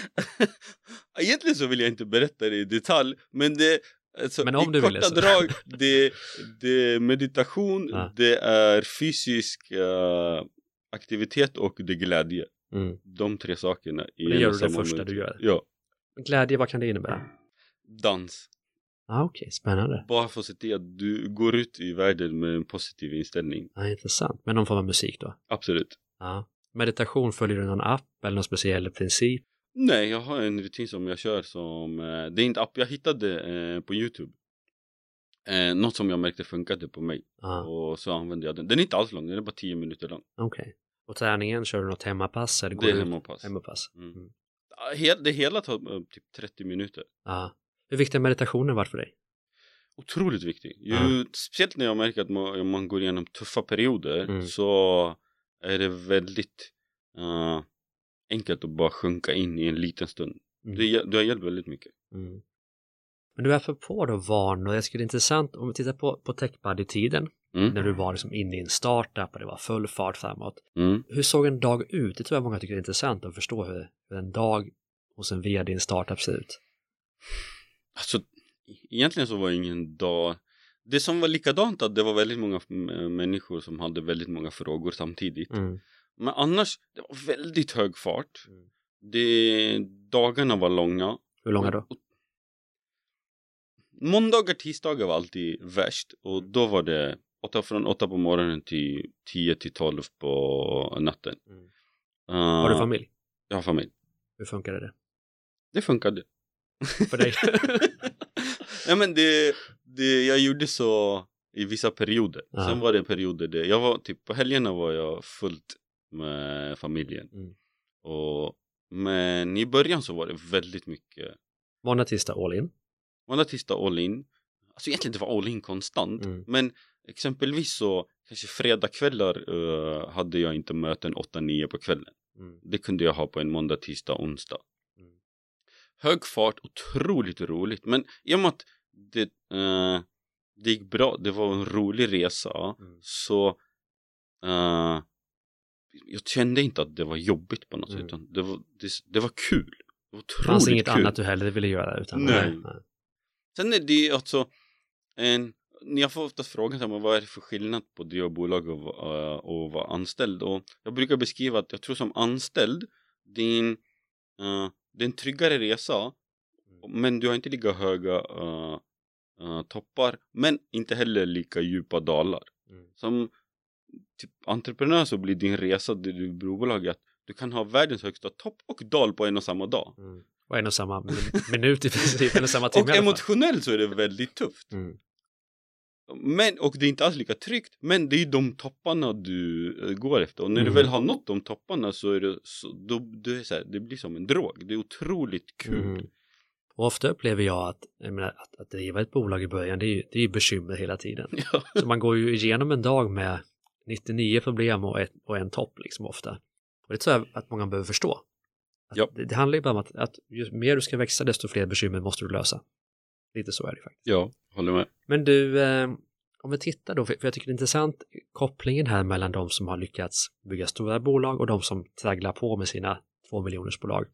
Egentligen så vill jag inte berätta det i detalj. Men det, alltså, men om i du korta vill så. drag, det är meditation, det är fysisk aktivitet och det är glädje. De 3 sakerna. Och det gör du det första du gör? Ja. Glädje, vad kan det innebära? Dans. Okej, spännande. Bara för att se till att du går ut i världen med en positiv inställning. Intressant. Men någon form av musik då? Absolut. Meditation, följer du någon app eller någon speciell princip? Nej, jag har en rutin som jag kör som, det är inte app, jag hittade på YouTube. Något som jag märkte funkade på mig. Och så använde jag den. Den är inte alls lång, den är bara 10 minuter lång. Okej. Och träningen, kör du något hemmapass? Eller det är hemmapass. Det hela tar typ 30 minuter. Hur viktig har meditationen varit för dig? Otroligt viktig. Speciellt när jag märker att man går igenom tuffa perioder så är det väldigt enkelt att bara sjunka in i en liten stund. Det har hjälpt väldigt mycket. Men du är för på då vanor. Jag skulle det är intressant om vi tittar på TechBuddy-tiden. När du var liksom inne i en startup och det var full fart framåt. Hur såg en dag ut? Det tror jag många tycker är intressant att förstå hur en dag hos en vd i en startup ser ut. Alltså, egentligen så var ingen dag. Det som var likadant att det var väldigt många människor som hade väldigt många frågor samtidigt. Men annars, det var väldigt hög fart. Dagarna var långa. Hur långa då? Måndagar, tisdagar var alltid värst. Och då var det från 8 på morgonen till 10 till 12 på natten. Har du familj? Jag har familj. Hur funkade det? Det funkade. För dig? Ja, men jag gjorde så i vissa perioder. Sen var det perioder där jag var typ på helgerna var jag fullt med familjen. Men i början så var det väldigt mycket. Måndag, tisdag all in? Måndag, tisdag all in. Alltså egentligen det var all in konstant. Men exempelvis så kanske fredagkvällar hade jag inte möten 8-9 på kvällen. Det kunde jag ha på en måndag, tisdag, onsdag. Hög fart, otroligt roligt. Men i och med att det gick bra, det var en rolig resa. Så jag kände inte att det var jobbigt på något sätt. Utan det var kul. Det var otroligt kul. Det fanns inget annat du hellre ville göra utan nej. Sen är det alltså ni har fått oftast frågan vad är det för skillnad på det och bolag och vara anställd. Och jag brukar beskriva att jag tror som anställd det är en tryggare resa. Men du har inte lika höga toppar. Men inte heller lika djupa dalar. Som typ entreprenör så blir din resa, det du bolag att Du kan ha världens högsta topp och dal på en och samma dag. Och en och samma minut i princip, en och samma timme. Och emotionellt så är det väldigt tufft. Och det är inte alls lika tryggt. Men det är de topparna du går efter. Och när du väl har nått de topparna så är det då är så här, det blir som en drog. Det är otroligt kul. Och ofta upplever jag att driva ett bolag i början, det är bekymmer hela tiden. Ja. Så man går ju igenom en dag med 99 problem och en topp liksom ofta. Och det tror jag att många behöver förstå. Det handlar ju bara om att ju mer du ska växa desto fler bekymmer måste du lösa. Lite så är det faktiskt. Ja, håller med. Men du, om vi tittar då, för jag tycker det är intressant kopplingen här mellan de som har lyckats bygga stora bolag och de som tragglar på med sina 2 miljoners bolag.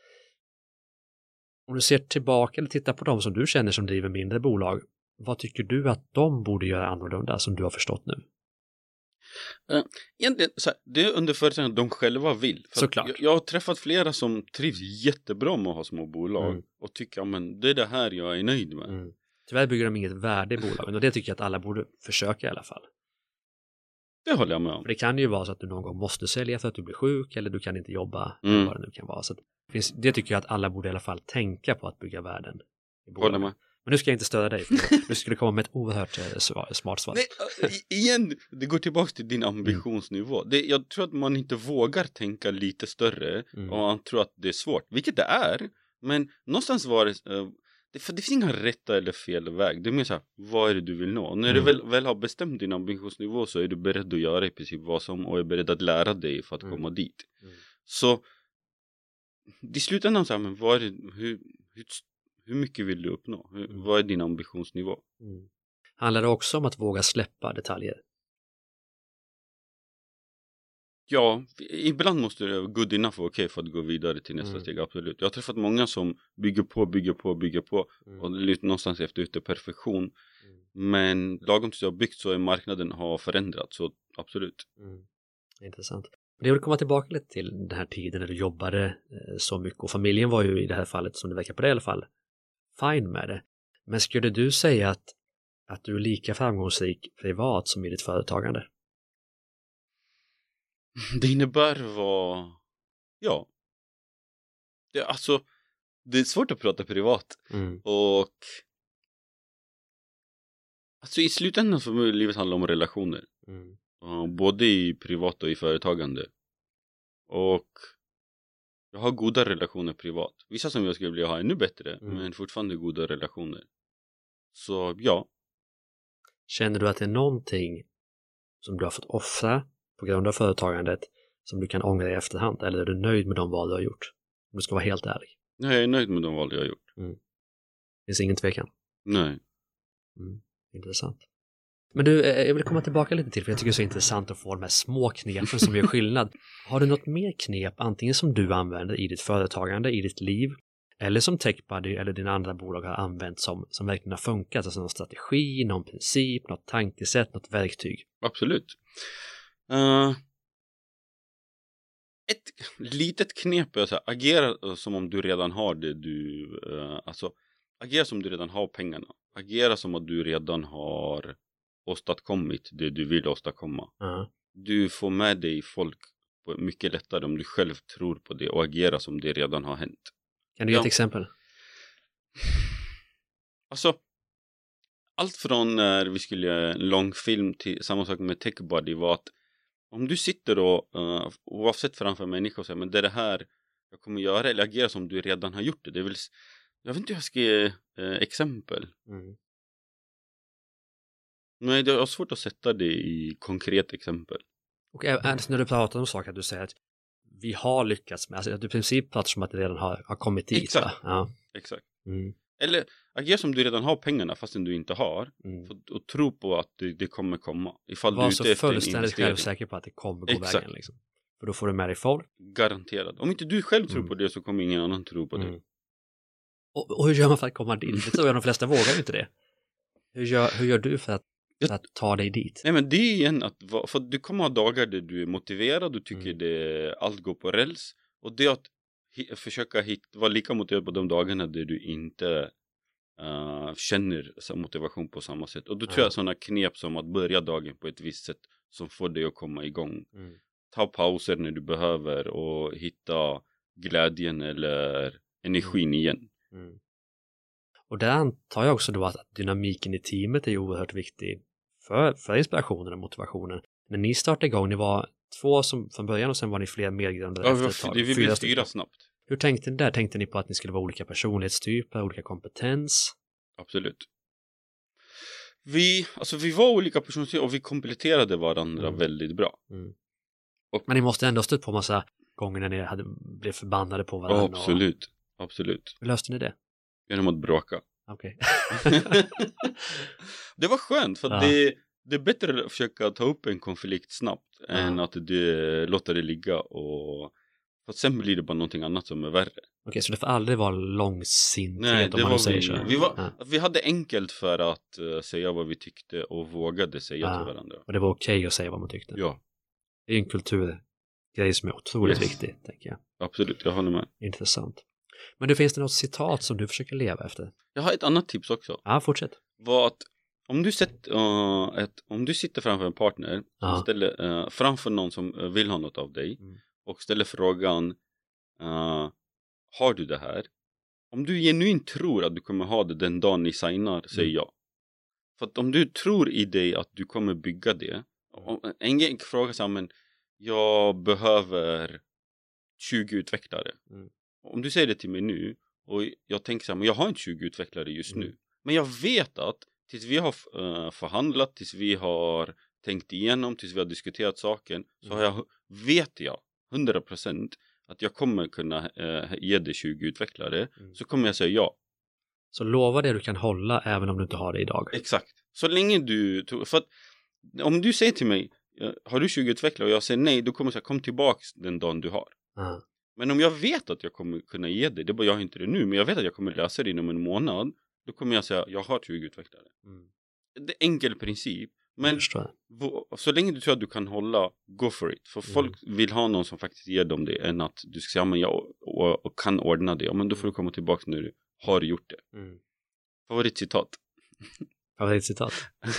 Om du ser tillbaka eller tittar på de som du känner som driver mindre bolag, vad tycker du att de borde göra annorlunda som du har förstått nu? Egentligen, så här, det är under förutsättning att de själva vill. Såklart. Jag har träffat flera som trivs jättebra med att ha små bolag och tycker att det är det här jag är nöjd med. Tyvärr bygger de inget värde i bolagen och det tycker jag att alla borde försöka i alla fall. Det håller jag med om. För det kan ju vara så att du någon gång måste sälja för att du blir sjuk eller du kan inte jobba eller vad det nu kan vara. Så det tycker jag att alla borde i alla fall tänka på att bygga värden i bolagen. Håller med. Men nu ska jag inte störa dig, för du skulle komma med ett oerhört smart svar. Nej, igen, det går tillbaka till din ambitionsnivå. Jag tror att man inte vågar tänka lite större och man tror att det är svårt, vilket det är. Men någonstans var det, för det finns inga rätta eller fel väg. Det är mer så här, vad är det du vill nå? Och när du väl har bestämt din ambitionsnivå så är du beredd att göra i princip vad som och är beredd att lära dig för att komma dit. Så i slutändan så här, men vad är det, hur mycket vill du uppnå? Vad är din ambitionsnivå? Handlar det också om att våga släppa detaljer? Ja, ibland måste det vara good enough och okej för att gå vidare till nästa steg, absolut. Jag har träffat många som bygger på och någonstans efter perfektion. Men lagom tills jag har byggt så är marknaden har förändrats, så absolut. Intressant. Men jag vill komma tillbaka lite till den här tiden när du jobbade så mycket och familjen var ju i det här fallet, som det verkar på det i alla fall, fine med det. Men skulle du säga att du är lika framgångsrik privat som i ditt företagande? Det innebär ja. Det är svårt att prata privat. Och alltså i slutändan så livet handlar om relationer. Både i privat och i företagande. Och jag har goda relationer privat. Vissa som jag skulle vilja ha ännu bättre, men fortfarande goda relationer. Så ja. Känner du att det är någonting som du har fått offra på grund av företagandet som du kan ångra i efterhand? Eller är du nöjd med de val du har gjort? Om du ska vara helt ärlig. Nej, jag är nöjd med de val jag har gjort. Finns ingen tvekan? Nej. Intressant. Men du, jag vill komma tillbaka lite till, för jag tycker det är så intressant att få de här små knepen som gör skillnad. Har du något mer knep, antingen som du använder i ditt företagande, i ditt liv, eller som TechBuddy eller dina andra bolag har använt som verkligen har funkat? Alltså någon strategi, någon princip, något tankesätt, något verktyg? Absolut. Ett litet knep är att agera som om du redan har det du... agera som du redan har pengarna. Agera som att du redan har åstadkommit det du vill åstadkomma. Du får med dig folk på mycket lättare om du själv tror på det och agerar som det redan har hänt. Kan du ge ett exempel? Alltså, allt från när vi skulle göra en lång film till samma sak med TechBuddy var att om du sitter och oavsett framför människor och säger, men det är det här jag kommer göra, eller agera som du redan har gjort det. Det vill, jag vet inte hur jag ska ge exempel. Nej, det är svårt att sätta det i konkret exempel. Och när du pratar om saker, du säger att vi har lyckats med, alltså att du i princip pratar som att det redan har kommit dit. Exakt. Ja. Exakt. Eller agera som du redan har pengarna fastän du inte har. Och tro på att det kommer komma. Ifall var du så fullständigt självsäker på att det kommer gå vägen. Liksom. För då får du med dig folk. Garanterat. Om inte du själv tror på det så kommer ingen annan tro på det. Och hur gör man för att komma dit? Det tror jag de flesta vågar inte det. Hur gör du för att ta dig dit? Nej, men det är igen för du kommer ha dagar där du är motiverad. Du tycker allt går på räls. Och det är att försöka vara lika motiverad på de dagarna där du inte känner motivation på samma sätt. Och då tror jag sådana knep som att börja dagen på ett visst sätt som får dig att komma igång. ta pauser när du behöver och hitta glädjen eller energin igen. Och där antar jag också då att dynamiken i teamet är oerhört viktig för inspirationen och motivationen. När ni startade igång, ni var 2 som från början och sen var ni fler medgrundare efter ett tag. Vi blev 4 snabbt. Hur tänkte ni där? Tänkte ni på att ni skulle vara olika personlighetstyper, olika kompetens? Absolut. Vi var olika personligheter och vi kompletterade varandra väldigt bra. Men ni måste ändå ha stött på massa gånger när ni blev förbannade på varandra. Absolut. Hur löste ni det? Genom att bråka. Okej. Det var skönt för att det är bättre att försöka ta upp en konflikt snabbt än att du låter det ligga och för att sen blir det bara någonting annat som är värre. Okej, så det får aldrig vara långsinthet. Nej, det om man säger så. Vi hade enkelt för att säga vad vi tyckte och vågade säga till varandra. Och det var okej att säga vad man tyckte. Ja. Det är en kulturgrej som är otroligt viktig, tänker jag. Absolut, jag håller med. Intressant. Men det finns det något citat som du försöker leva efter? Jag har ett annat tips också. Ja, fortsätt. Var att om du sitter framför en partner och ställer framför någon som vill ha något av dig och ställer frågan har du det här? Om du genuint tror att du kommer ha det den dagen ni signar, säg ja. För att om du tror i dig att du kommer bygga det, en fråga så här, men jag behöver 20 utvecklare. Om du säger det till mig nu och jag tänker så här, men jag har inte 20 utvecklare just nu. Men jag vet att tills vi har förhandlat, tills vi har tänkt igenom, tills vi har diskuterat saken, så vet jag 100% att jag kommer kunna ge dig 20 utvecklare, så kommer jag säga ja. Så lova det du kan hålla även om du inte har det idag. Exakt. Så länge för att om du säger till mig, har du 20 utvecklare och jag säger nej, då kommer jag säga, kom tillbaks den dagen du har. Men om jag vet att jag kommer kunna ge dig, det är bara jag har inte det nu, men jag vet att jag kommer lösa det inom en månad, då kommer jag säga, jag har 20 utvecklare. Det är enkel princip. Men så länge du tror att du kan hålla, go for it. För folk vill ha någon som faktiskt ger dem det, än att du ska säga, men jag och kan ordna det. Ja, men då får du komma tillbaka när du har gjort det. Favoritcitat. Favoritcitat?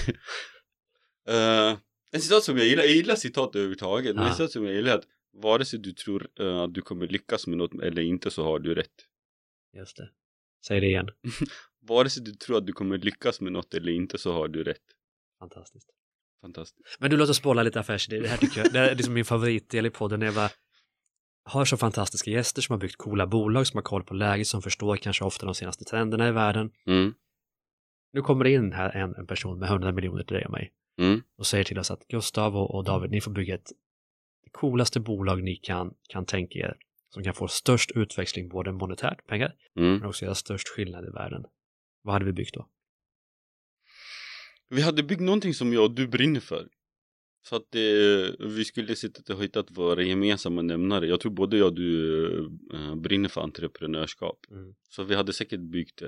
En citat som jag gillar citat överhuvudtaget. Men en citat som jag gillar är att vare sig du tror att du kommer lyckas med något eller inte, så har du rätt. Just det. Säg det igen. Vare sig du tror att du kommer lyckas med något eller inte, så har du rätt. Fantastiskt. Men du, låt oss bolla lite affärsidéer. Det här tycker jag, det är liksom min favoritdel i podden. Jag har så fantastiska gäster som har byggt coola bolag, som har koll på läget, som förstår kanske ofta de senaste trenderna i världen. Nu kommer det in här en person med 100 miljoner till dig och mig. Och säger till oss att Gustav och David, ni får bygga det coolaste bolag ni kan tänka er, som kan få störst utväxling, både monetärt, pengar, men också göra störst skillnad i världen. Vad hade vi byggt då? Vi hade byggt någonting som jag och du brinner för. Så att vi skulle sitta och hittat våra gemensamma nämnare. Jag tror både jag och du brinner för entreprenörskap. Så vi hade säkert byggt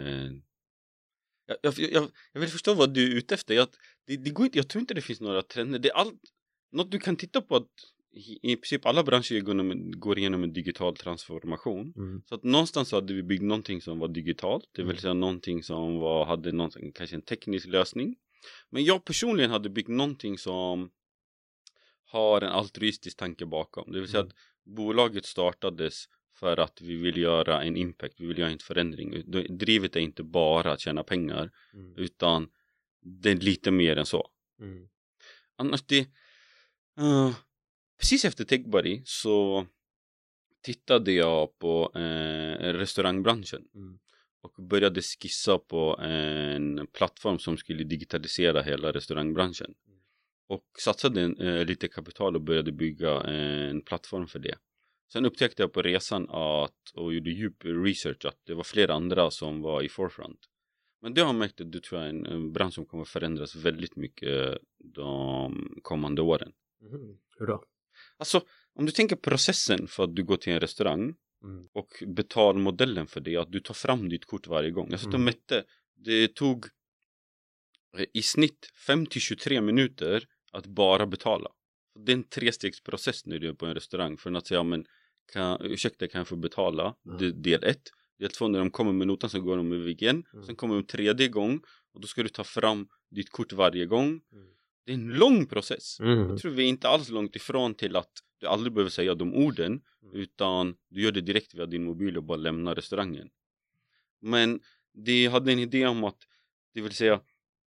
jag vill förstå vad du är ute efter. Det går inte, jag tror inte det finns några trender. Det är något du kan titta på, att i princip alla branscher går igenom en digital transformation. Så att någonstans hade vi byggt någonting som var digitalt. Det vill säga någonting som hade någonting, kanske en teknisk lösning. Men jag personligen hade byggt någonting som har en altruistisk tanke bakom. Det vill säga att bolaget startades för att vi vill göra en impact. Vi vill göra en förändring. Drivet är inte bara att tjäna pengar, utan det är lite mer än så. Annars precis efter TechBuddy så tittade jag på restaurangbranschen och började skissa på en plattform som skulle digitalisera hela restaurangbranschen. Och satsade lite kapital och började bygga en plattform för det. Sen upptäckte jag på resan och gjorde djup research att det var flera andra som var i forefront. Men det har märkt att det tror jag är en bransch som kommer förändras väldigt mycket de kommande åren. Hur då? Alltså, om du tänker processen för att du går till en restaurang och betalmodellen för det, att du tar fram ditt kort varje gång. Jag satt och mätte, det tog i snitt 5-23 minuter att bara betala. Det är en 3-stegsprocess när du är på en restaurang, för att säga, men ursäkta, kan jag få betala? Del 1. Del 2, när de kommer med notan så går de med väggen. Sen kommer de tredje gång och då ska du ta fram ditt kort varje gång. Det är en lång process. Jag tror vi är inte alls långt ifrån till att du aldrig behöver säga de orden, utan du gör det direkt via din mobil och bara lämnar restaurangen. Men de hade en idé om att, det vill säga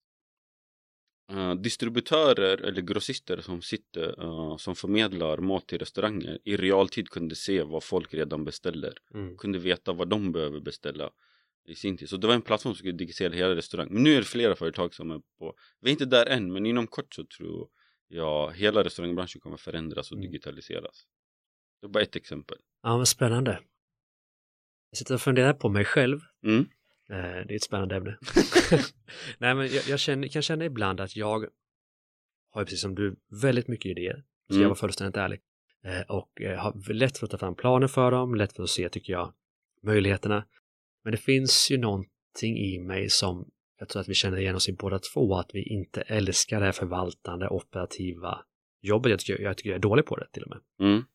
distributörer eller grossister som sitter som förmedlar mat till restauranger i realtid kunde se vad folk redan beställer. Kunde veta vad de behöver beställa i sin tid. Så det var en plattform som skulle digitalisera hela restaurangen. Men nu är det flera företag som är på. Vi är inte där än, men inom kort så tror jag hela restaurangbranschen kommer förändras och digitaliseras. Det är bara ett exempel. Ja, men spännande. Jag sitter och funderar på mig själv. Det är ett spännande ämne. Nej, men jag kan känna ibland att jag har, precis som du, väldigt mycket idéer. Så jag var fullständigt ärlig. Och har lätt för att ta fram planer för dem. Lätt för att se, tycker jag, möjligheterna. Men det finns ju någonting i mig som jag tror att vi känner igen oss i båda två. Att vi inte älskar det här förvaltande, operativa jobbet. Jag tycker jag är dålig på det till och med.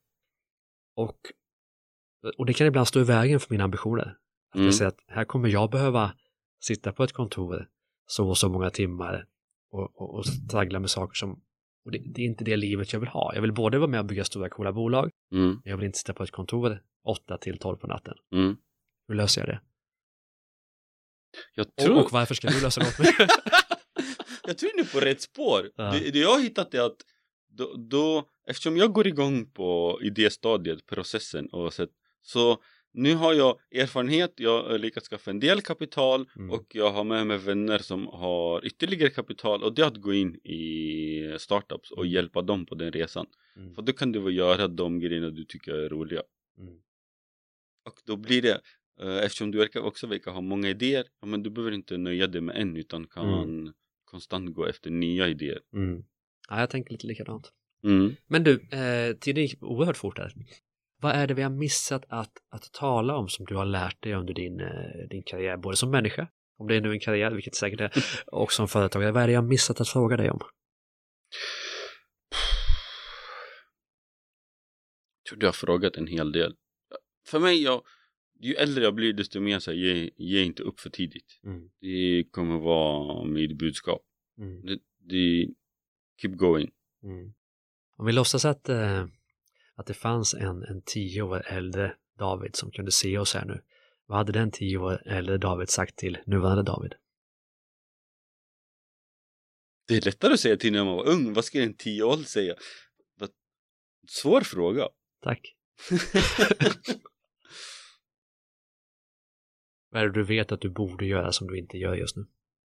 Och det kan ibland stå i vägen för mina ambitioner. Att jag säger att här kommer jag behöva sitta på ett kontor så och så många timmar och traggla med saker som, och det är inte det livet jag vill ha. Jag vill både vara med och bygga stora coola bolag, men jag vill inte sitta på ett kontor 8 till 12 på natten. Hur löser jag det? Och varför ska du lösa det åt mig? Jag tror ni är på rätt spår. Det jag har hittat är att då, eftersom jag går igång på idéstadiet, processen och så nu har jag erfarenhet, jag har lyckats skaffa en del kapital och jag har med mig vänner som har ytterligare kapital, och det är att gå in i startups och hjälpa dem på den resan. För då kan du väl göra de grejerna du tycker är roliga. Och då blir det, eftersom du också verkar ha många idéer, men du behöver inte nöja dig med en, utan kan konstant gå efter nya idéer. Ja, jag tänker lite likadant. Men du, tiden gick oerhört fort här. Vad är det vi har missat att tala om som du har lärt dig under din karriär, både som människa, om det är nu en karriär, vilket säkert är, och som företagare? Vad är det jag har missat att fråga dig om? Jag tror du har frågat en hel del. För mig, ju äldre jag blir, desto mer så här, ge inte upp för tidigt. Det kommer vara mitt budskap. Det keep going. Om vi låtsas att det fanns en 10 år äldre David som kunde se oss här nu. Vad hade den 10 år äldre David sagt till nuvarande David? Det är lättare att säga till när man var ung. Vad ska en 10-åring säga? Svår fråga. Tack. Vad är det du vet att du borde göra som du inte gör just nu?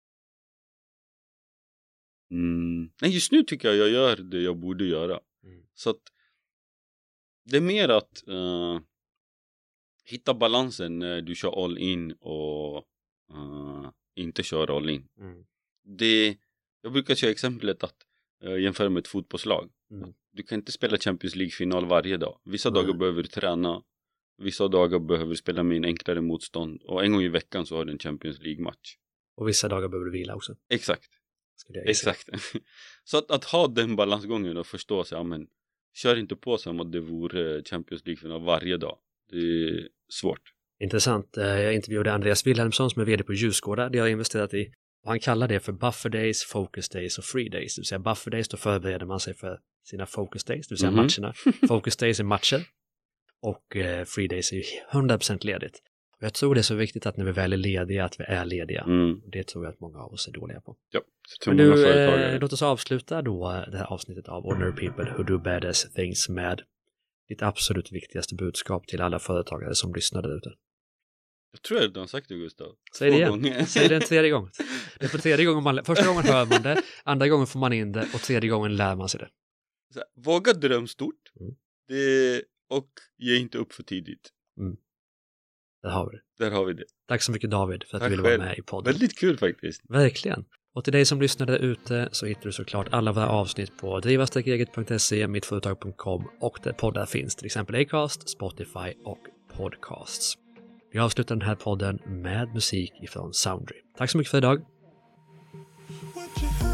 Nej, just nu tycker jag gör det jag borde göra. Så att det är mer att hitta balansen när du kör all in och inte kör all in. Jag brukar köra exemplet att jämföra med ett fotbollslag. Du kan inte spela Champions League-final varje dag. Vissa dagar behöver du träna. Vissa dagar behöver du spela med en enklare motstånd. Och en gång i veckan så har du en Champions League-match. Och vissa dagar behöver du vila också. Exakt. Exakt. Så att ha den balansgången och förstå sig, ja, men kör inte på som att det vore Champions League-final varje dag. Det är svårt. Intressant. Jag intervjuade Andreas Wilhelmsson som är vd på Ljusgårda. Det har jag investerat i. Och han kallar det för buffer days, focus days och free days. Det vill säga buffer days, då förbereder man sig för sina focus days, det vill säga matcherna. Focus days är matcher. Och free days är ju 100% ledigt. Och jag tror det är så viktigt att när vi väl är lediga, att vi är lediga. Och det tror jag att många av oss är dåliga på. Ja, men du, låt oss avsluta då det här avsnittet av Ordinary People Who Do Badass Things med ditt absolut viktigaste budskap till alla företagare som lyssnar där ute. Jag tror jag har sagt det, Gustav. Säg det igen. Säg det en tredje gång. Det är för tredje gången första gången hör man det, andra gången får man in det och tredje gången lär man sig det. Så här, våga dröm stort. Och ge inte upp för tidigt. Där har vi det. Tack så mycket David för att du ville vara med i podden. Väldigt kul faktiskt. Verkligen. Och till dig som lyssnar där ute så hittar du såklart alla våra avsnitt på driva-eget.se, mittföretag.com och där poddar finns, till exempel Acast, Spotify och Podcasts. Vi avslutar den här podden med musik ifrån Soundry. Tack så mycket för idag.